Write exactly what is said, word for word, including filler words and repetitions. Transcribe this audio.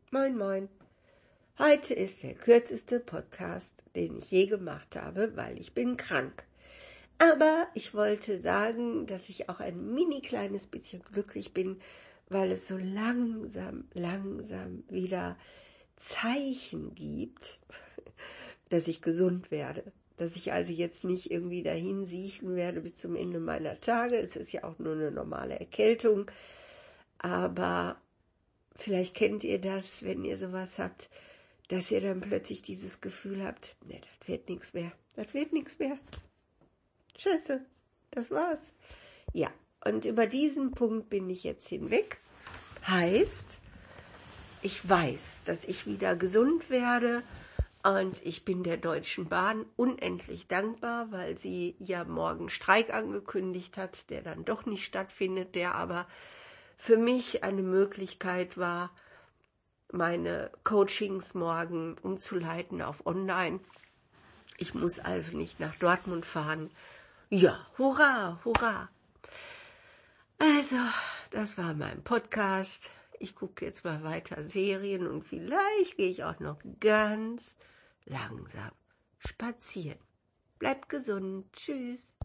Moin moin. Heute ist der kürzeste Podcast, den ich je gemacht habe, weil ich bin krank. Aber ich wollte sagen, dass ich auch ein mini kleines bisschen glücklich bin, weil es so langsam, langsam wieder Zeichen gibt, dass ich gesund werde. Dass ich also jetzt nicht irgendwie dahin siechen werde bis zum Ende meiner Tage. Es ist ja auch nur eine normale Erkältung. Aber vielleicht kennt ihr das, wenn ihr sowas habt, dass ihr dann plötzlich dieses Gefühl habt, ne, das wird nichts mehr, das wird nichts mehr. Scheiße, das war's. Ja, und über diesen Punkt bin ich jetzt hinweg. Heißt, ich weiß, dass ich wieder gesund werde und ich bin der Deutschen Bahn unendlich dankbar, weil sie ja morgen Streik angekündigt hat, der dann doch nicht stattfindet, der aber für mich eine Möglichkeit war, meine Coachings morgen umzuleiten auf online. Ich muss also nicht nach Dortmund fahren. Ja, hurra, hurra. Also, das war mein Podcast. Ich gucke jetzt mal weiter Serien und vielleicht gehe ich auch noch ganz langsam spazieren. Bleibt gesund. Tschüss.